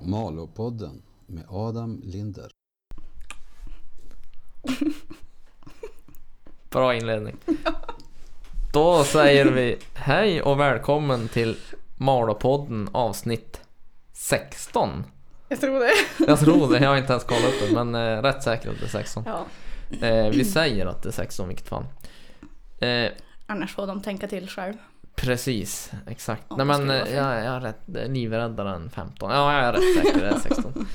Malopodden med Adam Linder. Bra inledning. Då säger vi hej och välkommen till Malopodden avsnitt 16. Jag tror det. Jag har inte ens kollat upp det, men rätt säkert att det är 16. Ja. Vi säger att det är 16, vilket fan. Annars får de tänka till själv. Precis, exakt. Ja, Nej, men det skulle jag är rätt livräddare än 15. Ja, jag är rätt säker, det är 16.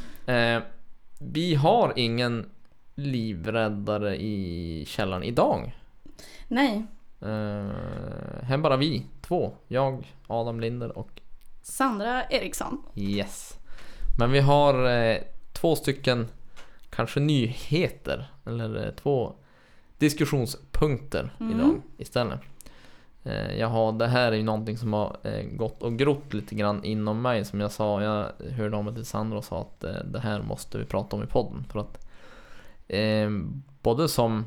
Vi har ingen livräddare i källaren idag. Nej. Här bara vi två. Jag, Adam Linder och Sandra Eriksson. Yes. Men vi har två stycken kanske nyheter eller två diskussionspunkter idag istället. Det här är ju någonting som har gått och grott lite grann inom mig, som jag sa. Jag hörde om det till Sandra och sa att det här måste vi prata om i podden, för att både som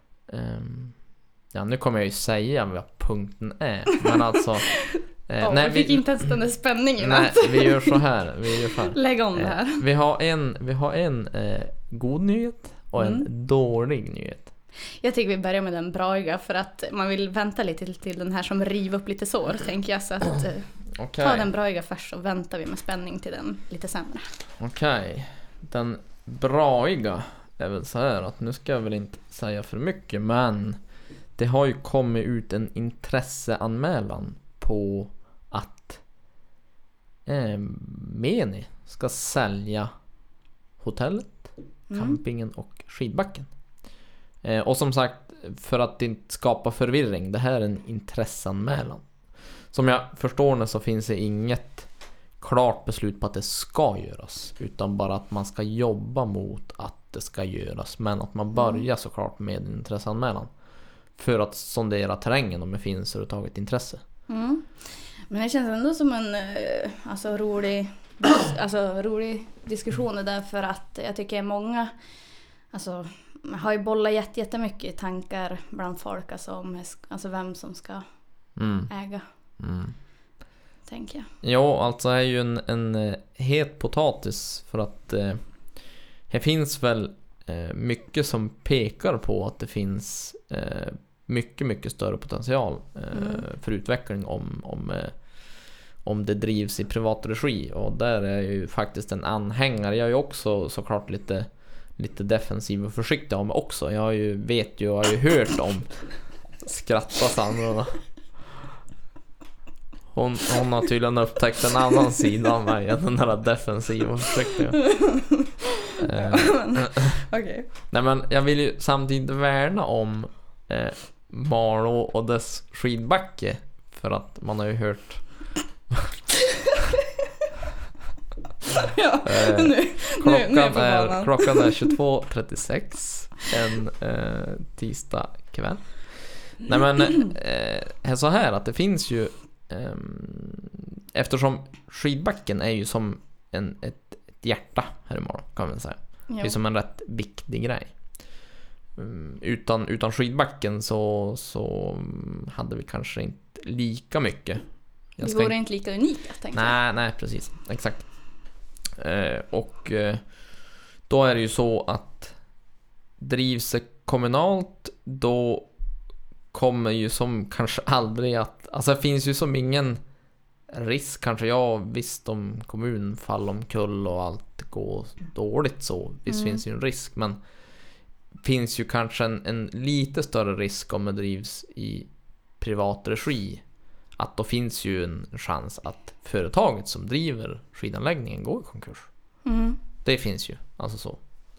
nu kommer jag ju säga vad punkten är, men alltså nej, vi fick inte ens den där spänningen. Nej, vi gör så här. Lägg om det här. Vi har en god nyhet och en dålig nyhet. Jag tycker vi börjar med den braiga, för att man vill vänta lite till den här som river upp lite sår, tänker jag. Så att ta den braiga först, så väntar vi med spänning till den lite sämre. Okej. Den braiga är väl så här att nu ska jag väl inte säga för mycket, men det har ju kommit ut en intresseanmälan på att Meni ska sälja hotellet, campingen och skidbacken. Och som sagt, för att inte skapa förvirring, det här är en intresseanmälan. Som jag förstår det så finns det inget klart beslut på att det ska göras, utan bara att man ska jobba mot att det ska göras, men att man börjar såklart med en intresseanmälan för att sondera terrängen om det finns överhuvudtaget intresse. Men det känns ändå som en rolig diskussion, därför att jag tycker många har ju bollat jättemycket tankar bland folk, om vem som ska äga. Tänker jag. Ja, alltså är ju en het potatis, för att det finns väl mycket som pekar på att det finns mycket större potential för utveckling om det drivs i privat regi, och där är ju faktiskt en anhängare. Jag är ju också såklart lite defensiv och försiktig om också. Jag har ju hört om skratta Sandra. Hon har tydligen upptäckt en annan sida av mig än den där defensiva och försiktiga. Okay. Nej, men jag vill ju samtidigt värna om Malå och dess skidbacke, för att man har ju hört klockan är 22:36 en tisdag kväll. Nej, men så här att det finns ju eftersom skidbacken är ju som ett hjärta här i Malå, kan man säga. Det är som en rätt viktig grej. Utan skidbacken så hade vi kanske inte lika mycket. Det vore inte lika unika, tänkte jag. Nej, precis. Exakt. Och då är det ju så att drivs det kommunalt, då kommer ju som kanske aldrig att, alltså det finns ju som ingen risk, kanske visst om kommunen faller omkull och allt går dåligt, så visst finns ju en risk, men finns ju kanske en lite större risk om det drivs i privat regi, att då finns ju en chans att företaget som driver skidanläggningen går i konkurs. Det finns ju alltså så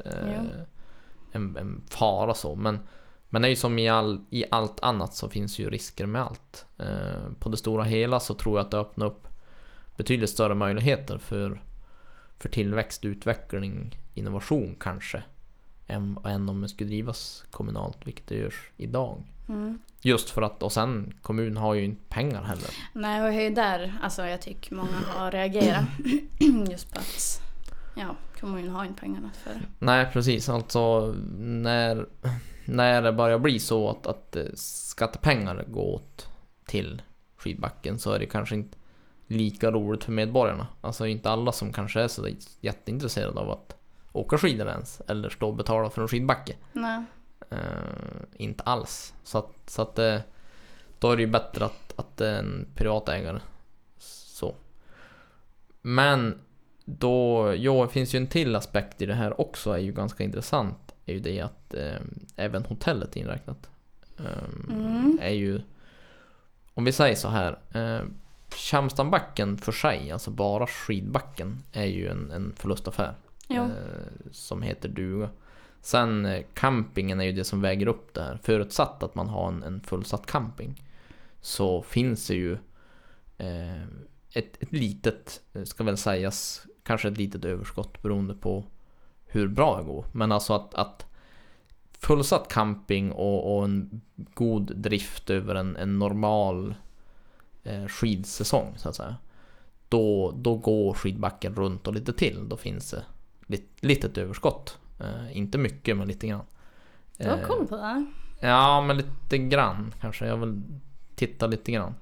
en fara så, men det är ju som i allt annat, så finns ju risker med allt. På det stora hela så tror jag att det öppnar upp betydligt större möjligheter för tillväxt, utveckling, innovation kanske än om det skulle drivas kommunalt, vilket det görs idag. Just för att, och sen kommun har ju inte pengar heller. Nej, och det är ju där jag tycker många har reagerat just på att kommunen har inte pengarna för. Nej, precis. Alltså när det börjar bli så att skattepengar går åt till skidbacken, så är det kanske inte lika roligt för medborgarna. Alltså inte alla som kanske är så jätteintresserade av att åka skidor ens eller stå och betala för en skidbacke. Nej. Inte alls. Så att då är det ju bättre att det är en privatägare. Så. Men då, det finns ju en till aspekt i det här också, är ju ganska intressant, är ju det att även hotellet inräknat är ju, om vi säger så här, Tjamstanbacken för sig, alltså bara skidbacken, är ju en förlustaffär som heter duga. Sen campingen är ju det som väger upp det här. Förutsatt att man har en fullsatt camping, så finns det ju ett litet, ska väl sägas, kanske ett litet överskott beroende på hur bra det går. Men alltså att fullsatt camping och en god drift över en normal skidsäsong så att säga, då går skidbacken runt och lite till. Då finns det litet överskott. Inte mycket, men lite grann. Du har koll på det? Ja, men lite grann kanske. Jag vill titta lite grann.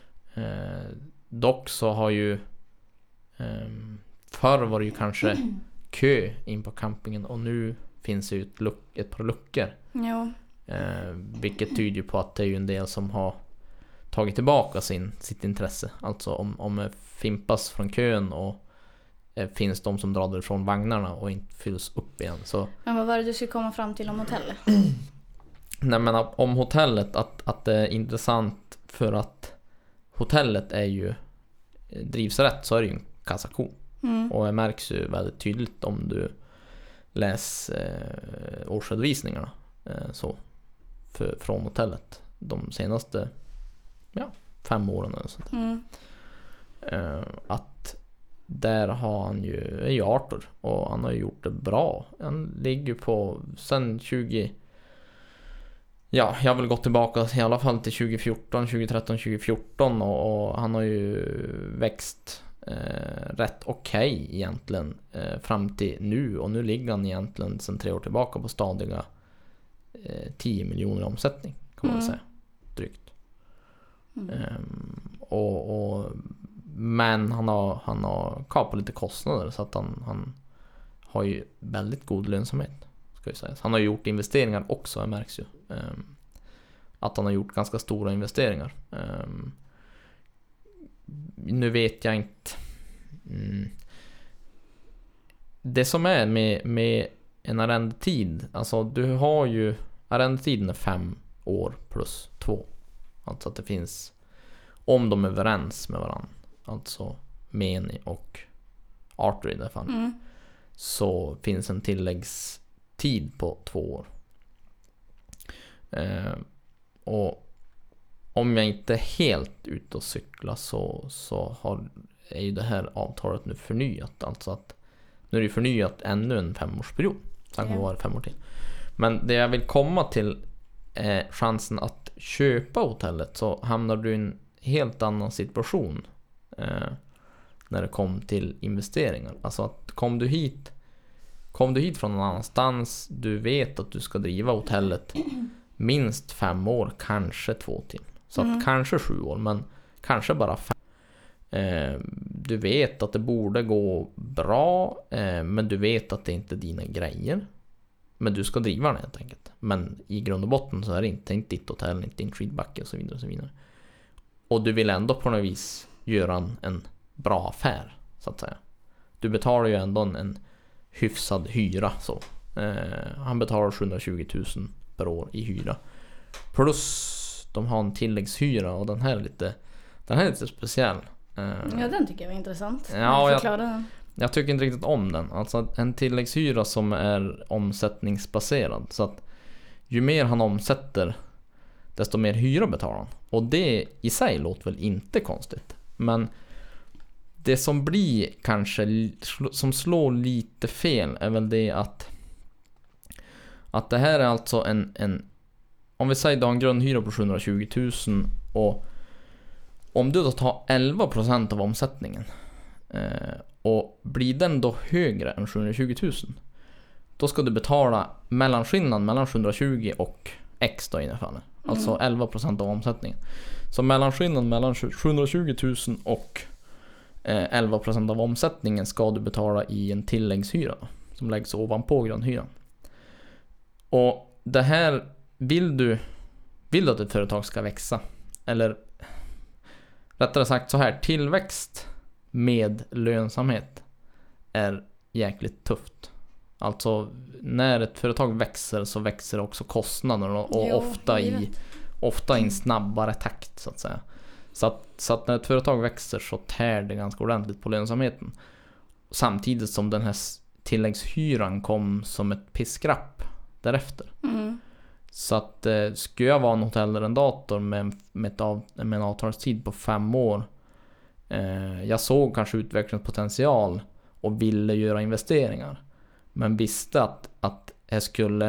Dock så har ju förr var det ju kanske kö in på campingen, och nu finns det ju ett par luckor. Jo. Vilket tyder på att det är ju en del som har tagit tillbaka sitt intresse. Alltså om fimpas från kön och finns de som drar ifrån vagnarna och inte fylls upp igen. Så. Men vad var det du skulle komma fram till om hotellet? Nej, men om hotellet, att det är intressant för att hotellet är ju, drivs rätt, så är det ju en kassako. Och det märks ju väldigt tydligt om du läser årsredovisningarna så från hotellet de senaste 5 åren eller sånt. Att där har han ju Arthur, och han har gjort det bra. Han ligger på sen 20, jag har väl gått tillbaka i alla fall till 2013 och han har ju växt rätt okej egentligen fram till nu, och nu ligger han egentligen sen 3 år tillbaka på stadiga 10 miljoner i omsättning, kan man väl säga, drygt. Men han har kapat lite kostnader, så att han har ju väldigt god lönsamhet, ska jag säga. Han har gjort investeringar också, det märks ju. Att han har gjort ganska stora investeringar. Nu vet jag inte. Det som är med en arrendetid, alltså du har ju, arrendetiden är 5 år plus 2. Alltså att det finns, om de är överens med varandra, alltså Meni och Arthur i det fallet, så finns en tilläggstid på 2 år. Och om jag inte är helt ute och cykla, så är ju det här avtalet nu förnyat. Alltså att nu är det förnyat ännu en 5-årsperiod. Sen kommer det vara 5 år till. Men det jag vill komma till är chansen att köpa hotellet, så hamnar du i en helt annan situation när det kom till investeringar. Alltså att kom du hit från någon annanstans, du vet att du ska driva hotellet minst 5 år, kanske 2 till. Så att kanske 7 år, men kanske bara 5. Du vet att det borde gå bra, men du vet att det inte är dina grejer. Men du ska driva den helt enkelt. Men i grund och botten så är det inte ditt hotell, inte din skidbacke och så vidare och så vidare. Och du vill ändå på något vis göra en bra affär, så att säga. Du betalar ju ändå en hyfsad hyra så. Han betalar 720 000 per år i hyra. Plus de har en tilläggshyra, och den här är lite speciell. Ja, den tycker jag var intressant. Ja, jag tycker inte riktigt om den. Alltså en tilläggshyra som är omsättningsbaserad. Så att ju mer han omsätter, desto mer hyra betalar han. Och det i sig låter väl inte konstigt. Men det som blir kanske, som slår lite fel, är väl det att det här är alltså en om vi säger att du har en grundhyra på 720 000, och om du då tar 11% av omsättningen, och blir den då högre än 720 000, då ska du betala mellanskillnaden mellan 720 och X då i det fallet. Alltså 11% av omsättningen. Så mellanskillnaden mellan 720 000 och 11% av omsättningen ska du betala i en tilläggshyra som läggs ovanpå grundhyran. Och det här, vill du att ett företag ska växa, eller rättare sagt så här, tillväxt med lönsamhet är jäkligt tufft. Alltså när ett företag växer så växer också kostnaderna och ofta i en snabbare takt så att säga. Så att när ett företag växer så tär det ganska ordentligt på lönsamheten. Samtidigt som den här tilläggshyran kom som ett piskrapp därefter. Så att skulle jag vara en hotellarrendator med en avtalstid på 5 år, jag såg kanske utvecklingspotential och ville göra investeringar, men visste att jag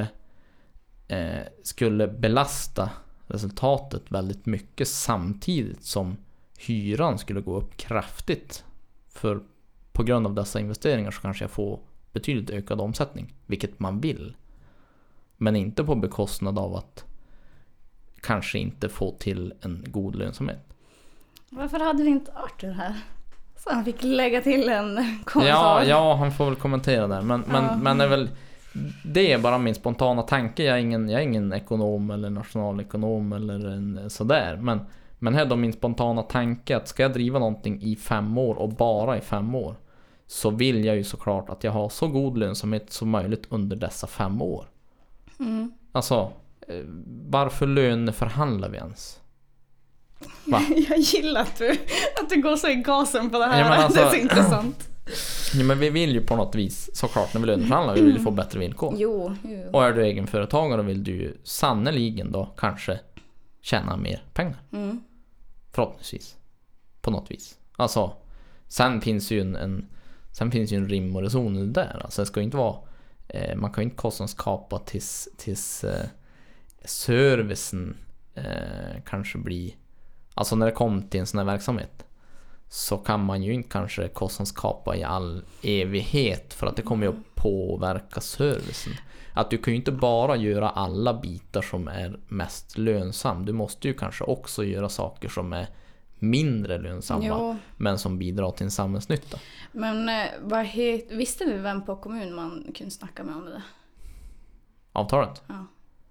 skulle belasta resultatet väldigt mycket samtidigt som hyran skulle gå upp kraftigt, för på grund av dessa investeringar så kanske jag får betydligt ökad omsättning, vilket man vill, men inte på bekostnad av att kanske inte få till en god lönsamhet. Varför hade vi inte Arthur här? Så han fick lägga till en kommentar. Ja, han får väl kommentera där. Men är väl, det är bara min spontana tanke. Jag är ingen ekonom eller nationalekonom eller en sådär. Men här är då min spontana tanke att ska jag driva någonting i 5 år och bara i 5 år, så vill jag ju såklart att jag har så god lönsamhet som möjligt under dessa 5 år. Alltså, varför löneförhandlar vi ens? Va? Jag gillar att du går så i gasen på det här. Ja, men alltså, det är så intressant. Ja, men vi vill ju på något vis, såklart när vi löneförhandlar, vi vill ju få bättre villkor. Jo. Och är du egenföretagare vill du ju sannoliken då kanske tjäna mer pengar. Förhoppningsvis. På något vis. Alltså, sen finns ju en rim och reson i det där. Alltså det ska ju inte vara, man kan ju inte kostnadskapa tills servicen kanske blir, alltså när det kommer till en sån här verksamhet så kan man ju inte kanske kostnadskapa i all evighet, för att det kommer ju att påverka servicen. Att du kan ju inte bara göra alla bitar som är mest lönsam. Du måste ju kanske också göra saker som är mindre lönsamma, men som bidrar till en samhällsnytta. Men visste du vem på kommun man kunde snacka med om det där? Avtalet? Ja.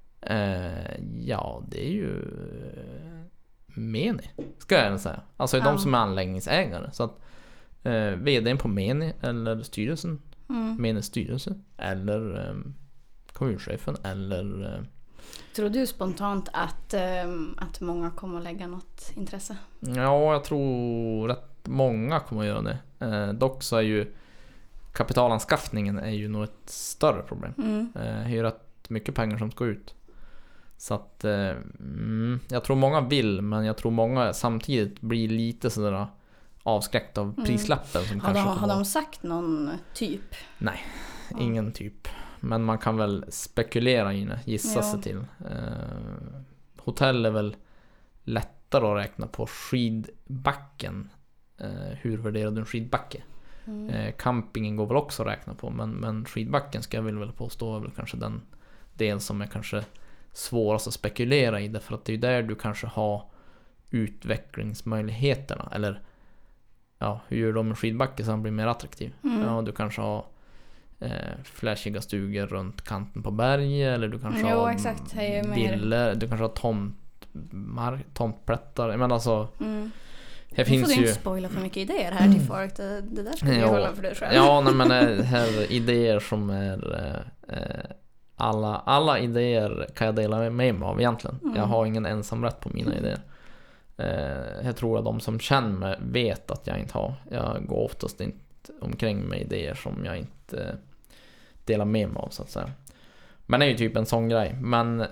Ja, det är ju Meni, ska jag säga. Alltså de som är anläggningsägare. Så att vdn på Meni eller styrelsen, Menis styrelse eller kommunchefen eller... Tror du spontant att många kommer att lägga något intresse? Ja, jag tror rätt många kommer att göra det. Dock så är ju kapitalanskaffningen är ju nog ett större problem. Det är ju rätt mycket pengar som ska ut. Så att jag tror många vill, men jag tror många samtidigt blir lite sådär avskräckt av prislappen. Som har de sagt någon typ? Nej, ingen typ. Men man kan väl spekulera i det, gissa sig till. Hotell är väl lättare att räkna på. Skidbacken, hur värderar du en skidbacke? Campingen går väl också att räkna på, men skidbacken ska jag väl påstå är väl kanske den del som är kanske svårast att spekulera i, därför att det är där du kanske har utvecklingsmöjligheterna, eller hur gör de en skidbacke så den blir mer attraktiv? Ja, du kanske har flashiga stugor runt kanten på berg, eller du kanske har villor, du kanske har tomtplättar, men alltså här finns får ju... du inte spoila för mycket idéer här till folk, det där ska vi hålla för dig själv. Ja, nej, men här idéer som är alla idéer kan jag dela med mig av egentligen. Jag har ingen ensamrätt på mina idéer. Jag tror att de som känner mig vet att jag inte har. Jag går oftast inte omkring med idéer som jag inte delar med mig av, så att säga. Men det är ju typ en sån grej. Men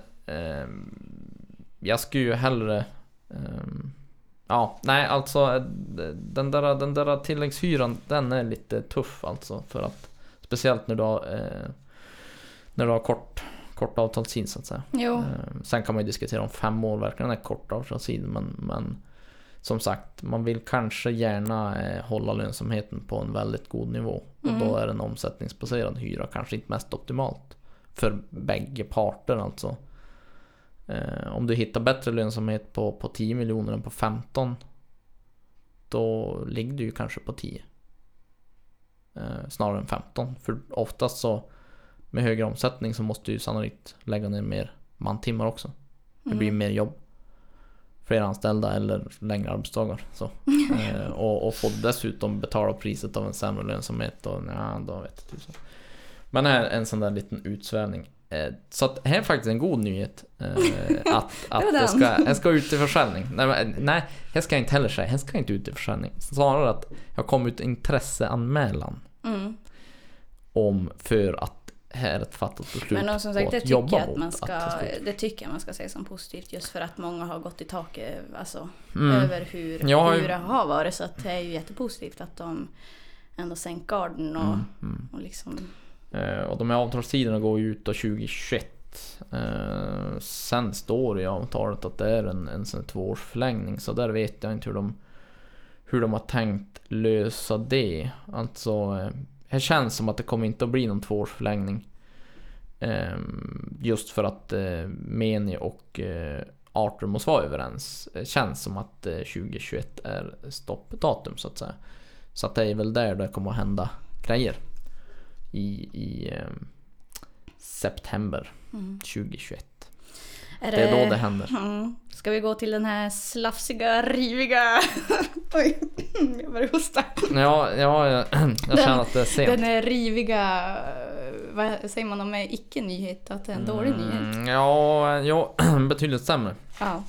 jag skulle ju hellre alltså den där tilläggshyran, den är lite tuff alltså, för att speciellt när du har kort avtalstid, så att säga. Sen kan man ju diskutera om 5 år verkligen är kort avtalstid, men som sagt, man vill kanske gärna hålla lönsamheten på en väldigt god nivå, och då är en omsättningsbaserad hyra kanske inte mest optimalt för bägge parter alltså. Om du hittar bättre lönsamhet på 10 miljoner än på 15, då ligger du ju kanske på 10. Snarare än 15. För oftast så med högre omsättning så måste du sannolikt lägga ner mer mantimmar också. Det blir mer jobb. Fler anställda eller längre arbetsdagar. Så. Och få dessutom betala priset av en sämre lönsamhet. Och, då vet jag tusen. Men här är en sån där liten utsvävning. Så att här är faktiskt en god nyhet. Att jag ska ut i försäljning. Nej, jag ska inte heller säga. Jag ska inte ut i försäljning. Snarare att jag kom ut intresseanmälan. För att här är ett fattat beslut. Men som sagt, det tycker jag man ska säga som positivt, just för att många har gått i taket över hur det har varit, så att det är ju jättepositivt att de ändå sänkt garden och liksom. Och de här avtalstiderna går ju ut då 2021. Sen står det i avtalet att det är en sån 2-årsförlängning, så där vet jag inte hur de har tänkt lösa det. Alltså det känns som att det kommer inte att bli någon 2-årsförlängning. Just för att Meni och Arthur måste vara överens. Det känns som att 2021 är stoppdatum så att säga. Så att det är väl där det kommer att hända grejer. I september 2021. Det är då det händer. Ska vi gå till den här slafsiga, riviga... Oj, jag börjar hosta. Ja, jag känner att det är sent. Den är riviga... Vad säger man om en icke-nyhet? Att det är en dålig nyhet? Ja, betydligt sämre. Ja.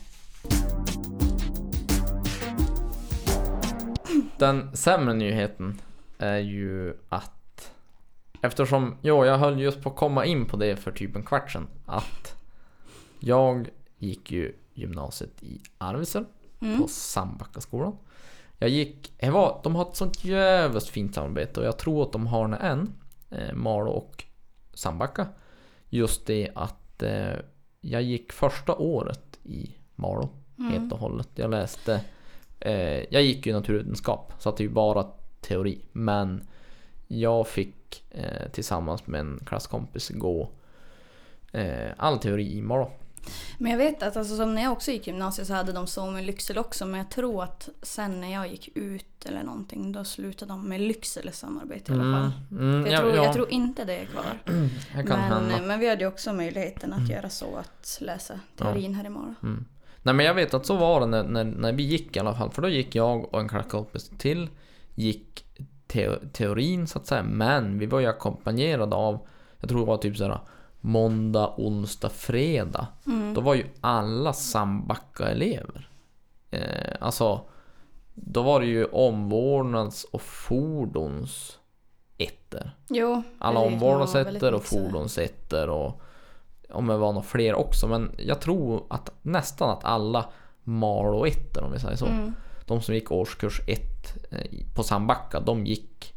Den sämre nyheten är ju att eftersom jag höll just på att komma in på det för typ en kvart sedan, att jag gick ju gymnasiet i Arvidsjaur på Sandbackaskolan. De har ett sånt jävligt fint samarbete och jag tror att de har en Malå och Sandbacka. Just det att jag gick första året i Malå helt och hållet. Jag gick ju naturvetenskap, så att det är ju bara teori, men jag fick tillsammans med en klasskompis gå all teori i Malå. Men jag vet att som när jag också gick gymnasiet så hade de så med Lycksele också, men jag tror att sen när jag gick ut eller någonting, då slutade de med Lycksele samarbete i alla fall. Jag tror inte det är kvar. Men vi hade ju också möjligheten att göra så, att läsa teorin här i Malå. Nej, men jag vet att så var det när vi gick i alla fall, för då gick jag och en klasskompis till gick teorin så att säga, men vi var ju ackompanjerade av, jag tror det var typ sådär måndag, onsdag, fredag. Då var ju alla Sandbacka-elever. Alltså då var det ju omvårdnads- och fordonsettor. Jo, alla omvårdnadsettor och fordonsettor, och om det var några fler också, men jag tror att nästan att alla Malå-ettor, om vi säger så. De som gick årskurs 1 på Sandbacka, de gick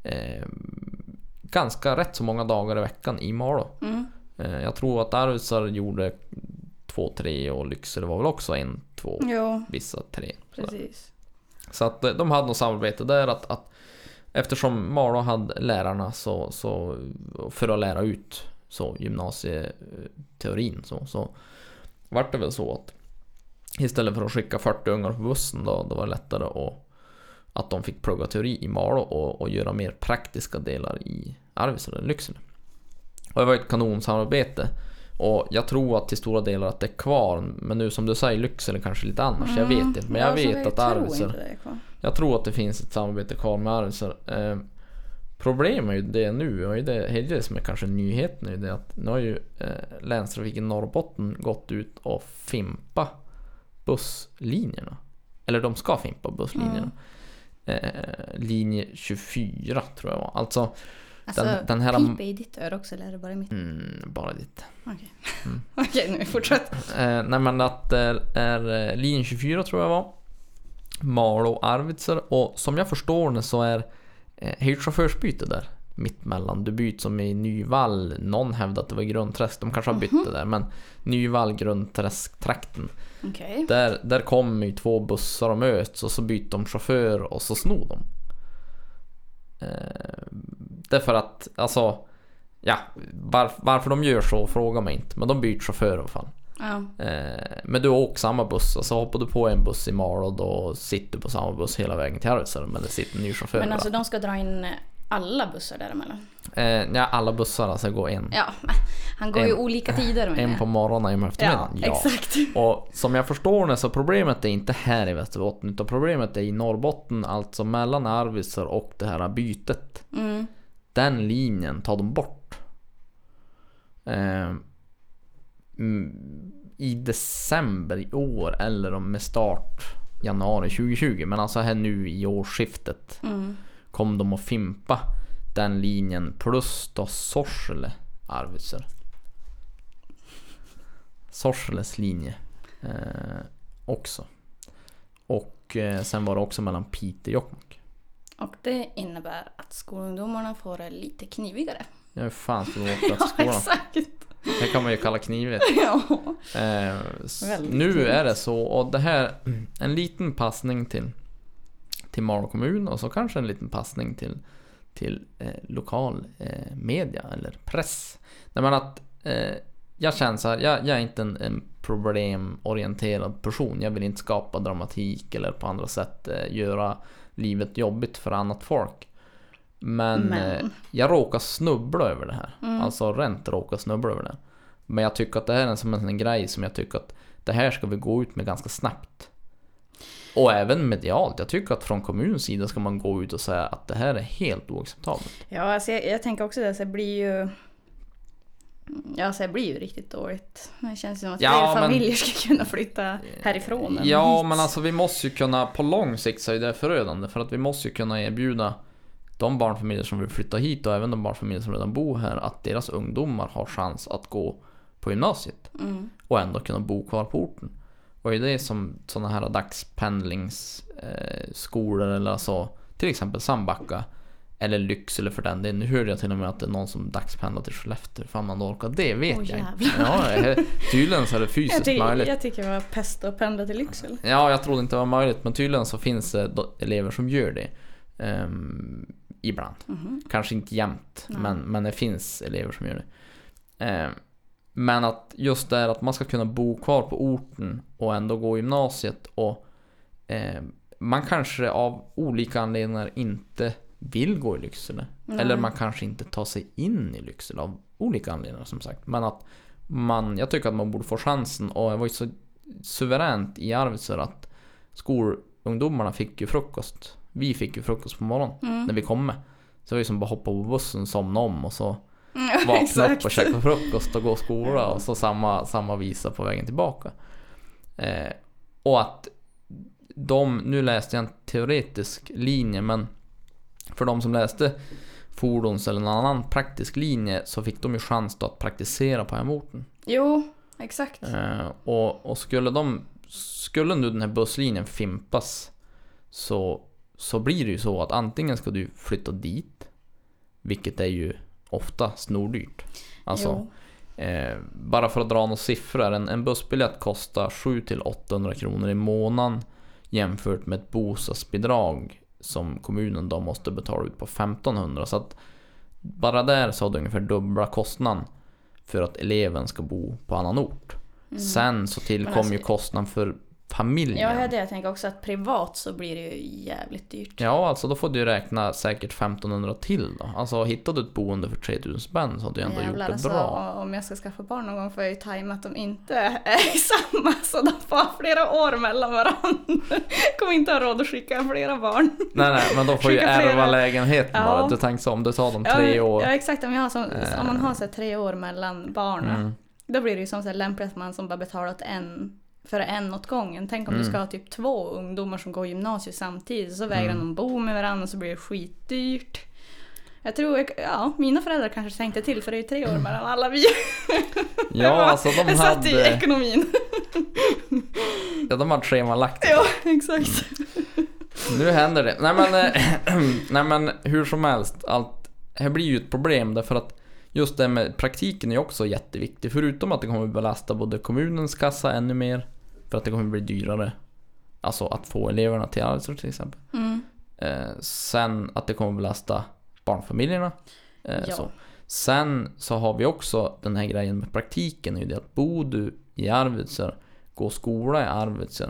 ganska rätt så många dagar i veckan i Malå. Jag tror att Arvidsjaur gjorde 2-3 och Lycksele var väl också 1-2, vissa 3. Precis. Så att de hade något samarbete där att eftersom Malå hade lärarna så för att lära ut så gymnasieteorin så var det väl så att istället för att skicka 40 ungar på bussen då var det lättare att de fick plugga teori i Malå och göra mer praktiska delar i Arvidsjaur eller Lycksele. Och det var ett kanonsamarbete, och jag tror att till stora delar att det är kvar, men nu som du säger Lycksele kanske lite annars, jag vet inte, men jag vet att Arvidsjaur, jag tror att det finns ett samarbete kvar med Arvidsjaur. Problemet är ju det nu, och det som är kanske nyheten är det att nu har ju länstrafiken Norrbotten gått ut och fimpa busslinjerna, eller de ska fimpa busslinjerna. Linje 24 tror jag var. Alltså den här pipa i ditt öra också, eller är det bara i mitt? Bara ditt. Okej, nu fortsätt. Nej, men att är linje 24 tror jag var Malå Arvidsjaur, och som jag förstår det så är helt chaufförsbyte där mitt mellan. Du byter som i Nyvall, någon hävdade att det var Grundträsk, de kanske har bytt det där, men Nyvall, Grundträsk-trakten. Okay. Där kommer ju 2 bussar och möts, och så byter de chaufför och så snor de. Därför att alltså, ja, varför de gör så frågar man inte, men de byter chaufför i alla fall. Ja. Men du åker samma buss, så hoppar du på en buss i Malå, då sitter du på samma buss hela vägen till Arvidsjaur, men det sitter en ny chaufför. Men alltså de ska dra in alla bussar däremellan? Ja, alla bussar alltså går en. Ja, han går ju olika tider med. En på morgonen och en på eftermiddagen. Ja, exakt. Och som jag förstår det, så problemet är inte här i Västerbotten, utan problemet är i Norrbotten, alltså mellan Arvidsjaur och det här bytet. Den linjen tar de bort. I december i år, eller med start januari 2020, men alltså här nu i årsskiftet kom de att fimpa den linjen plus då Sorsele Arvidsjaur. Sorseles linje också. Och sen var det också mellan Piteå och Jokkmokk. Och det innebär att skolungdomarna får det lite knivigare. Ja, hur fan ska de åka till skolan? Ja, exakt. Det kan man ju kalla knivigt. Ja. Nu knivigt. Är det så, och det här en liten passning till Malå kommun, och så kanske en liten passning till lokal media eller press. Nej, men att jag känner så här, jag är inte en problemorienterad person. Jag vill inte skapa dramatik eller på andra sätt göra livet jobbigt för annat folk. Men jag råkar snubbla över det här. Alltså rent råkar snubbla över det. Men jag tycker att det här är som en grej som jag tycker att det här ska vi gå ut med ganska snabbt. Och även medialt. Jag tycker att från kommunens sida ska man gå ut och säga att det här är helt oacceptabelt. Ja, alltså jag tänker också det. Så det blir ju... Ja, så det blir ju riktigt dåligt. Det känns som att fler familjer ska kunna flytta härifrån. Ja, men alltså vi måste ju kunna, på lång sikt så är det förödande. För att vi måste ju kunna erbjuda de barnfamiljer som vill flytta hit och även de barnfamiljer som redan bor här, att deras ungdomar har chans att gå på gymnasiet och ändå kunna bo kvar på orten. Och det är som sådana här dagspendlingsskolor eller så, till exempel Sandbacka eller Lycksele för den. Nu hörde jag till och med att det är någon som dagspendlar till Skellefteå. Fan man orkar, det vet jag inte. Ja, tydligen så är det fysiskt möjligt. Jag tycker det var pest att pendla till Lycksele. Ja, jag trodde inte det var möjligt, men tydligen så finns det elever som gör det. Ibland. Kanske inte jämt, men det finns elever som gör det. Men att just det att man ska kunna bo kvar på orten och ändå gå gymnasiet, och man kanske av olika anledningar inte vill gå i Lycksele. Eller man kanske inte tar sig in i Lycksele av olika anledningar, som sagt. Men att jag tycker att man borde få chansen, och det var ju så suveränt i Arvidsjaur att skolungdomarna fick ju frukost. Vi fick ju frukost på morgonen när vi kom med. Så vi som bara hoppa på bussen, somna om och så vakna upp och käka frukost och gå skola och så samma visa på vägen tillbaka. Och att nu läste jag en teoretisk linje, men för de som läste fordons eller någon annan praktisk linje så fick de ju chans då att praktisera på hemorten. Jo, exakt. Och skulle nu den här busslinjen fimpas, så blir det ju så att antingen ska du flytta dit, vilket är ju ofta snordyrt. Alltså, bara för att dra några siffror, en bussbiljett kostar 700-800 kronor i månaden jämfört med ett bostadsbidrag som kommunen då måste betala ut på 1500. Så att bara där så har du ungefär dubbla kostnaden för att eleven ska bo på annan ort. Sen så tillkommer ju kostnaden för familjen. Ja, det jag tänker också, att privat så blir det ju jävligt dyrt. Ja, alltså då får du ju räkna säkert 1500 till då. Alltså hittar du ett boende för 3000 spänn så har du ändå gjort det alltså, bra. Om jag ska skaffa barn någon gång får jag ju tajma att de inte är samma, så de får flera år mellan varandra. Kommer inte ha råd att skicka flera barn. Nej, men då får ju ärva lägenheten bara. Du tänker så, om du tar dem 3 år. Ja, exakt. Om man har så 3 år mellan barnen, då blir det ju som så lämpligt att man som bara betalar åt en åt gången. Tänk om du ska ha typ 2 ungdomar som går gymnasiet samtidigt, så vägrar de bo med varandra och så blir det skitdyrt. Jag tror, mina föräldrar kanske tänkte till, för det är 3 år mellan alla vi. Ja, alltså de hade... satt i ekonomin. Ja, de har schemalagt det. Ja, exakt. Nu händer det. Nej men hur som helst, här blir ju ett problem, därför att just det med praktiken är också jätteviktigt. Förutom att det kommer belasta både kommunens kassa ännu mer, för att det kommer bli dyrare, alltså att få eleverna till Arvidsjaur till exempel. Sen att det kommer belasta barnfamiljerna. Sen så har vi också den här grejen med praktiken, är ju det att bor du i Arvidsjaur, gå skola i Arvidsjaur,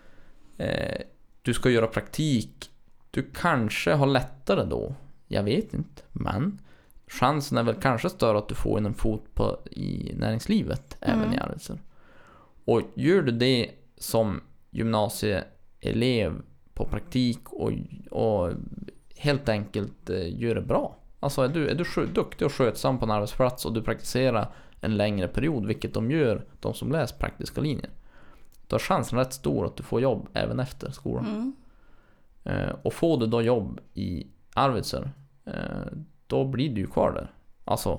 du ska göra praktik, du kanske har lättare då, jag vet inte, men chansen är väl kanske större att du får in en fot i näringslivet även i Arvidsjaur. Och gör du det som gymnasieelev på praktik och helt enkelt gör det bra. Alltså är du duktig och skötsam på en arbetsplats och du praktiserar en längre period, vilket de gör, de som läser praktiska linjer, då är chansen rätt stor att du får jobb även efter skolan. Och får du då jobb i Arvidsjaur, då blir du ju kvar där. Alltså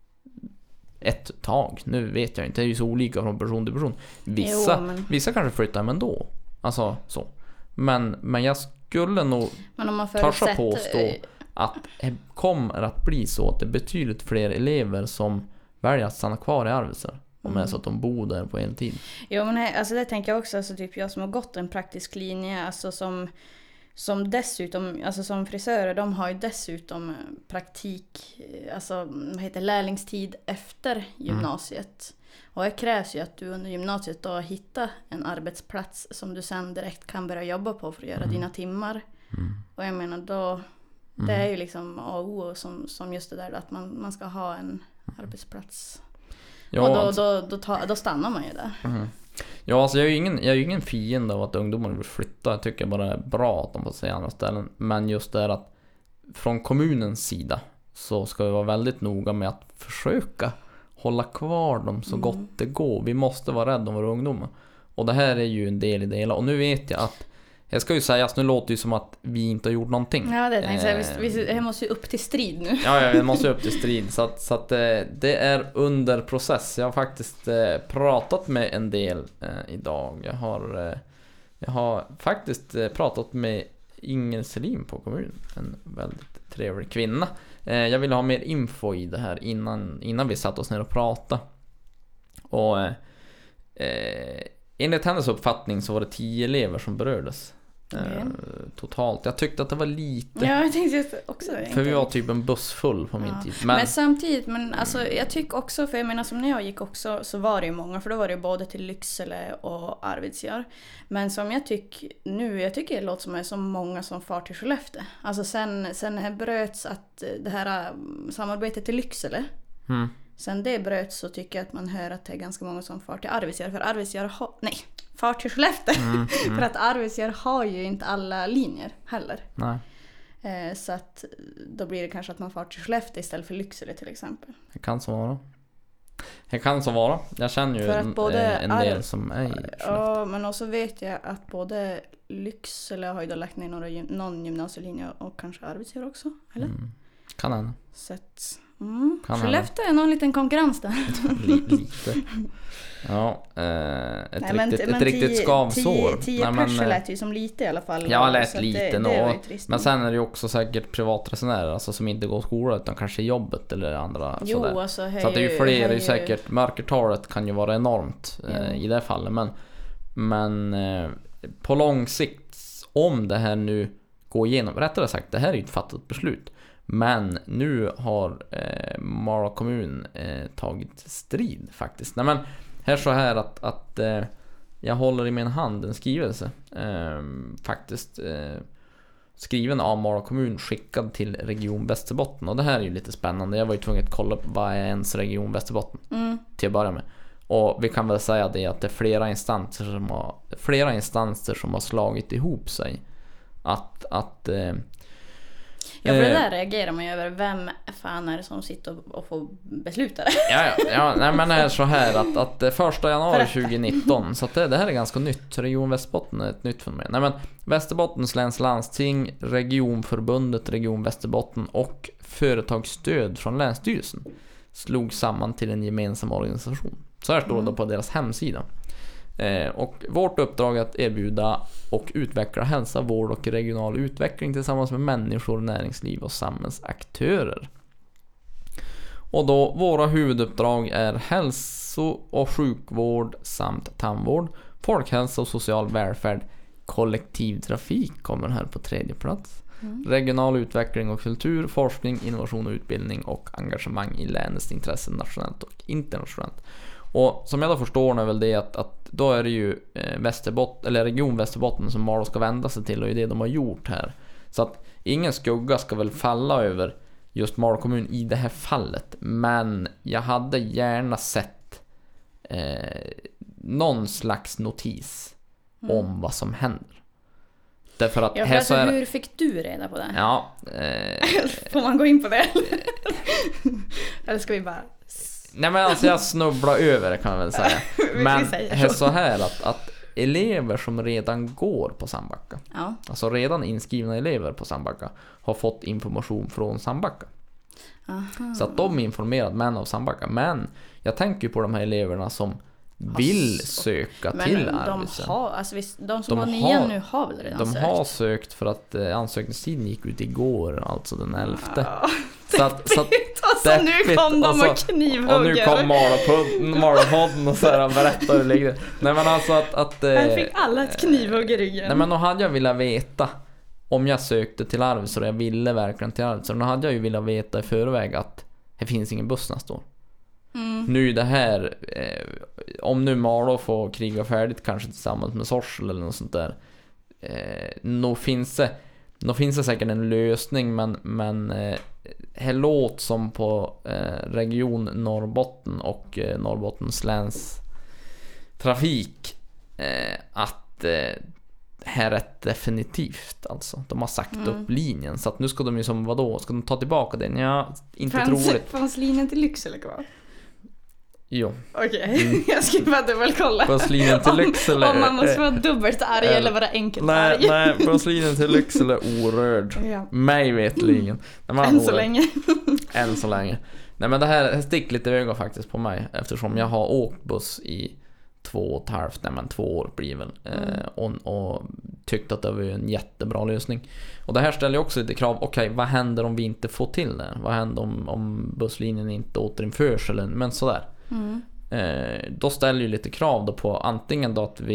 ett tag. Nu vet jag inte, det är ju så olika från person till person. Vissa kanske flyttar men då. Alltså så. Men jag skulle nog törsa påstå att det kommer att bli så att det är betydligt fler elever som väljer att stanna kvar i Arvidsjaur. Om det är så att de bor där på en tid. Jo, men alltså det tänker jag också. Alltså typ jag som har gått en praktisk linje, alltså som dessutom, alltså som frisörer, de har ju dessutom praktik, alltså vad heter lärlingstid efter gymnasiet. Och det krävs ju att du under gymnasiet då hittar en arbetsplats som du sen direkt kan börja jobba på för att göra dina timmar. Och jag menar då, det är ju liksom A och O som just det där att man ska ha en arbetsplats. Ja, och då stannar man ju där. Ja, alltså jag är ju ingen fiende av att ungdomar vill flytta. Jag tycker bara det är bra att de får se andra ställen. Men just det att från kommunens sida så ska vi vara väldigt noga med att försöka hålla kvar dem så gott det går. Vi måste vara rädda om våra ungdomar. Och det här är ju en del i det hela. Och nu vet jag att, jag ska ju säga, nu låter det ju som att vi inte har gjort någonting. Ja, det tänkte jag. Vi måste ju upp till strid nu. Ja, vi måste upp till strid. Så att det är under process. Jag har faktiskt pratat med en del idag. Jag har faktiskt pratat med Inger Selin på kommunen. En väldigt trevlig kvinna. Jag ville ha mer info i det här innan vi satt oss ner och pratade. Och enligt hennes uppfattning så var det 10 elever som berördes. Totalt. Jag tyckte att det var lite. Ja, jag tänkte också det. För vi var typ en buss full på min tid. Men samtidigt, alltså, jag tycker också, för jag menar som när jag gick också så var det ju många, för då var det ju både till Lycksele och Arvidsjaur. Men som jag tycker det låter som är så många som far till Skellefteå. Alltså sen det bröts att det här samarbetet till Lycksele. Sen det bröts så tycker jag att man hör att det är ganska många som far till Arvidsjaur. För Arvidsjaur far till Skellefteå. För att Arvidsjaur har ju inte alla linjer heller. Nej. Så att då blir det kanske att man far till Skellefteå istället för Lycksele till exempel. Det kan så vara. Jag känner ju en del som är i Skellefteå. Ja, men också vet jag att både Lycksele har ju då lagt ner någon gymnasielinje och kanske Arvidsjaur också, eller? Kan hända. Så att Skellefteå är någon liten konkurrens där. Lite. Ja, ett riktigt skavsår. 10 personer lät ju som lite i alla fall. Ja, lät lite. Men sen är det ju också säkert privatresenärer, alltså som inte går skola utan kanske jobbet eller andra. Alltså, så att det är ju fler, det är ju säkert, mörkertalet kan ju vara enormt i det fallet. Men på lång sikt, om det här nu går igenom, rättare sagt, det här är ju ett fattat beslut. Men nu har Malå kommun tagit strid faktiskt. Nej, men här så här att jag håller i min hand en skrivelse faktiskt skriven av Malå kommun, skickad till Region Västerbotten. Och det här är ju lite spännande. Jag var ju tvungen att kolla på vad är ens Region Västerbotten till att börja med. Och vi kan väl säga det att det är flera instanser som har slagit ihop sig att ja, för det där reagerar man ju över. Vem fan är det som sitter och får besluta det? Ja, nej, men det är så här att 1 januari 2019, så att det här är ganska nytt. Region Västerbotten är ett nytt för mig. Nej, men Västerbottens läns landsting, regionförbundet Region Västerbotten och företagsstöd från Länsstyrelsen slog samman till en gemensam organisation. Så här står det på deras hemsida. Och vårt uppdrag är att erbjuda och utveckla hälsa, vård och regional utveckling tillsammans med människor, näringsliv och samhällsaktörer. Och då våra huvuduppdrag är hälso- och sjukvård samt tandvård, folkhälsa och social välfärd kollektivtrafik kommer här på 3:e plats. Regional utveckling och kultur, forskning, innovation och utbildning och engagemang i länets intressen nationellt och internationellt. Och som jag då förstår nu är väl det att då är det ju Västerbotten, eller Region Västerbotten som Malå ska vända sig till, och det är det de har gjort här. Så att ingen skugga ska väl falla över just Malå kommun i det här fallet. Men jag hade gärna sett någon slags notis om vad som händer. Därför att här så hur fick du reda på det? Ja, får man gå in på det? Eller ska vi bara... Nej, men alltså jag snubblar över det, kan man väl säga. Men det är så här att elever som redan går på Sandbacka, alltså redan inskrivna elever på Sandbacka, har fått information från Sandbacka. Aha. Så att de är informerade män av Sandbacka. Men jag tänker på de här eleverna som vill söka till Arvidsjaur. Alltså de som var nya nu har väl redan sökt? De har sökt för att ansökningstiden gick ut igår, alltså den 11. Så att alltså, nu kom de och knivhugger. Och nu kom Malapodden och så här berättar hur det ligger. Nej, men alltså att jag fick alla ett knivhugg i ryggen. Nej, men då hade jag velat veta om jag sökte till Arvidsjaur och jag ville verkligen till Arvidsjaur. Då hade jag ju velat veta i förväg att det finns ingen buss nästa år. Nu det här om nu Malå får kriga färdigt kanske tillsammans med Sorsele eller något sånt där, nog finns det säkert en lösning, men det låter som på region Norrbotten och Norrbottens läns trafik att här är definitivt, alltså de har sagt upp linjen, så att nu ska de ju som vadå, ska de ta tillbaka den? Ja, inte troligt. Fanns linjen till Lycksele kvar? Jo. Okej. Jag ska bara dubbelkolla. Busslinjen till Lycksele. Om man måste vara dubbelt arg eller vara enkelt arg. Nej, busslinjen till Lycksele är orörd. Ja. Mig vetligen. Än så länge. Än så länge. Nej, men det här sticker lite i ögonen faktiskt på mig, eftersom jag har åkt buss i 2 år blir väl. Och tyckte att det var en jättebra lösning. Och det här ställer ju också lite krav. Okej, vad händer om vi inte får till det? Vad händer om busslinjen inte återinförs eller, men sådär. Då ställer ju lite krav då på antingen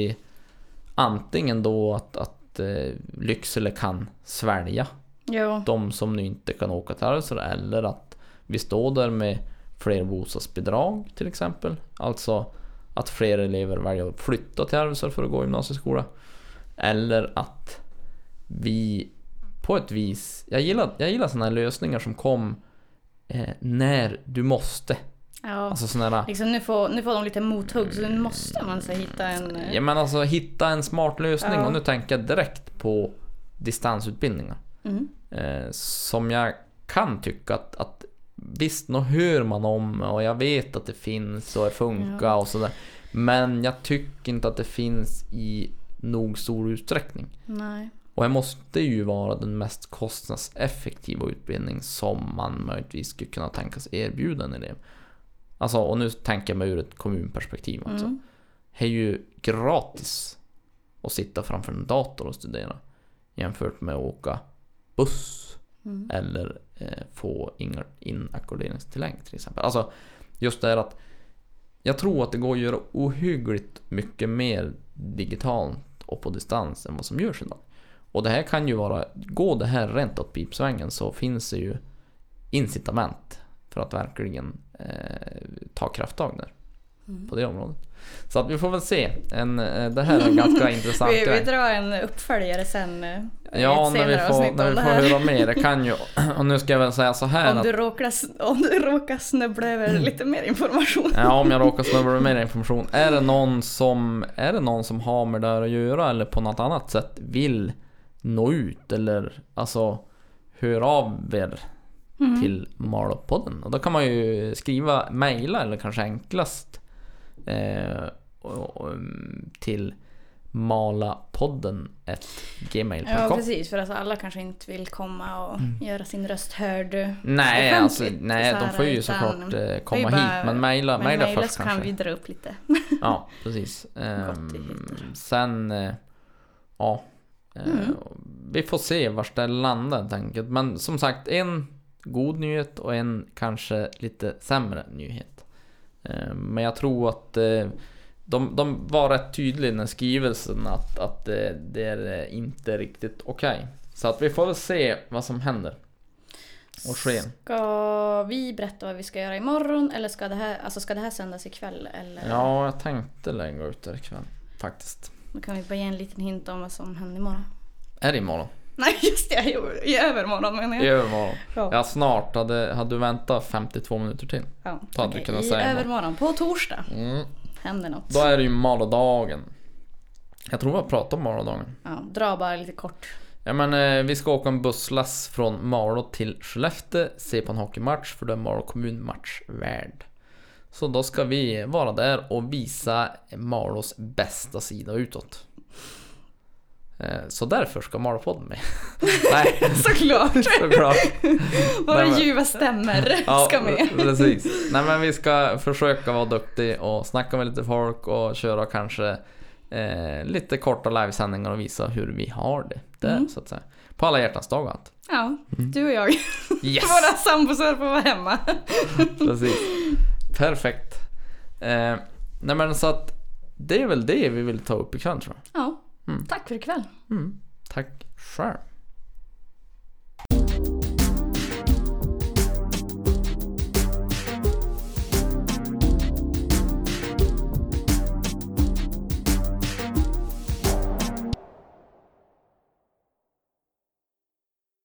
då att Lycksele kan svälja de som nu inte kan åka till Arvidsjaur, eller att vi står där med fler bostadsbidrag till exempel, alltså att fler elever väljer att flytta till Arvidsjaur för att gå i gymnasieskola, eller att vi på ett vis, jag gillar såna här lösningar som kom när du måste. Ja, alltså såna liksom, nu får de lite mothugg, så nu måste man så hitta en... Ja, men alltså hitta en smart lösning. Och nu tänker jag direkt på distansutbildningar. Som jag kan tycka att visst, nu hör man om, och jag vet att det finns och det funkar och sådär. Men jag tycker inte att det finns i nog stor utsträckning. Nej. Och det måste ju vara den mest kostnadseffektiva utbildning som man möjligtvis skulle kunna tänka sig erbjuda en elev. Alltså, och nu tänker jag mig ur ett kommunperspektiv. Alltså. Det är ju gratis att sitta framför en dator och studera jämfört med att åka buss eller få inackorderingstillägg till exempel. Alltså, just det här att jag tror att det går att göra ohyggligt mycket mer digitalt och på distans än vad som görs idag. Och det här kan ju vara, gå det här rent åt pipsvängen, så finns det ju incitament för att verkligen ta krafttag där på det området. Så att vi får väl se. Det här är ganska intressant. Vi drar en uppföljare sen. Ja, när vi får höra mer. Det kan ju, och nu ska jag väl säga så här. Om du råkar snubbla över lite mer information. Ja, om jag råkar snubbla över mer information. Är det någon som har med det här att göra, eller på något annat sätt vill nå ut, eller alltså hör av er till Malapodden. Och då kan man ju mejla, eller kanske enklast till malapodden@gmail.com. Ja, precis, för alltså alla kanske inte vill komma och göra sin röst hörd. Nej, de får ju såklart komma hit, men mejla först kanske. Kan vi dra upp lite. Ja, precis. Sen vi får se vart det landar, tänker. Men som sagt, en god nyhet och en kanske lite sämre nyhet. Men jag tror att de var rätt tydliga i den skrivelsen att det är inte riktigt okej. Så att vi får väl se vad som händer och sker. Ska vi berätta vad vi ska göra imorgon eller ska det här sändas ikväll? Eller? Ja, jag tänkte lägga ut det ikväll faktiskt. Då kan vi bara ge en liten hint om vad som händer imorgon. Är det imorgon? Nej, just det, i övermorgon menar jag. I övermorgon. Ja. Ja, snart. Hade du väntat 52 minuter till. Ja, Så hade du kunnat säga övermorgon, på torsdag. Mm. Händer något. Då är det ju Malådagen. Jag tror vi har pratat om Malådagen. Ja, dra bara lite kort. Ja, men vi ska åka en busslass från Malå till Skellefteå, se på en hockeymatch, för då är Malå kommun matchvärd. Så då ska vi vara där och visa Malås bästa sida utåt. Så därför ska Malåpodden med. Nej, Såklart. Våra Nej, ljuva stämmer ska med. Precis. Nej, men vi ska försöka vara duktiga och snacka med lite folk och köra kanske lite korta livesändningar och visa hur vi har det där, så att säga. På alla hjärtans dag och allt. Ja, du och jag. Yes. Våra sambosar får vara hemma. Precis. Perfekt. Nej, men så att det är väl det vi vill ta upp ikväll, tror jag. Ja, tack för ikväll. Tack själv.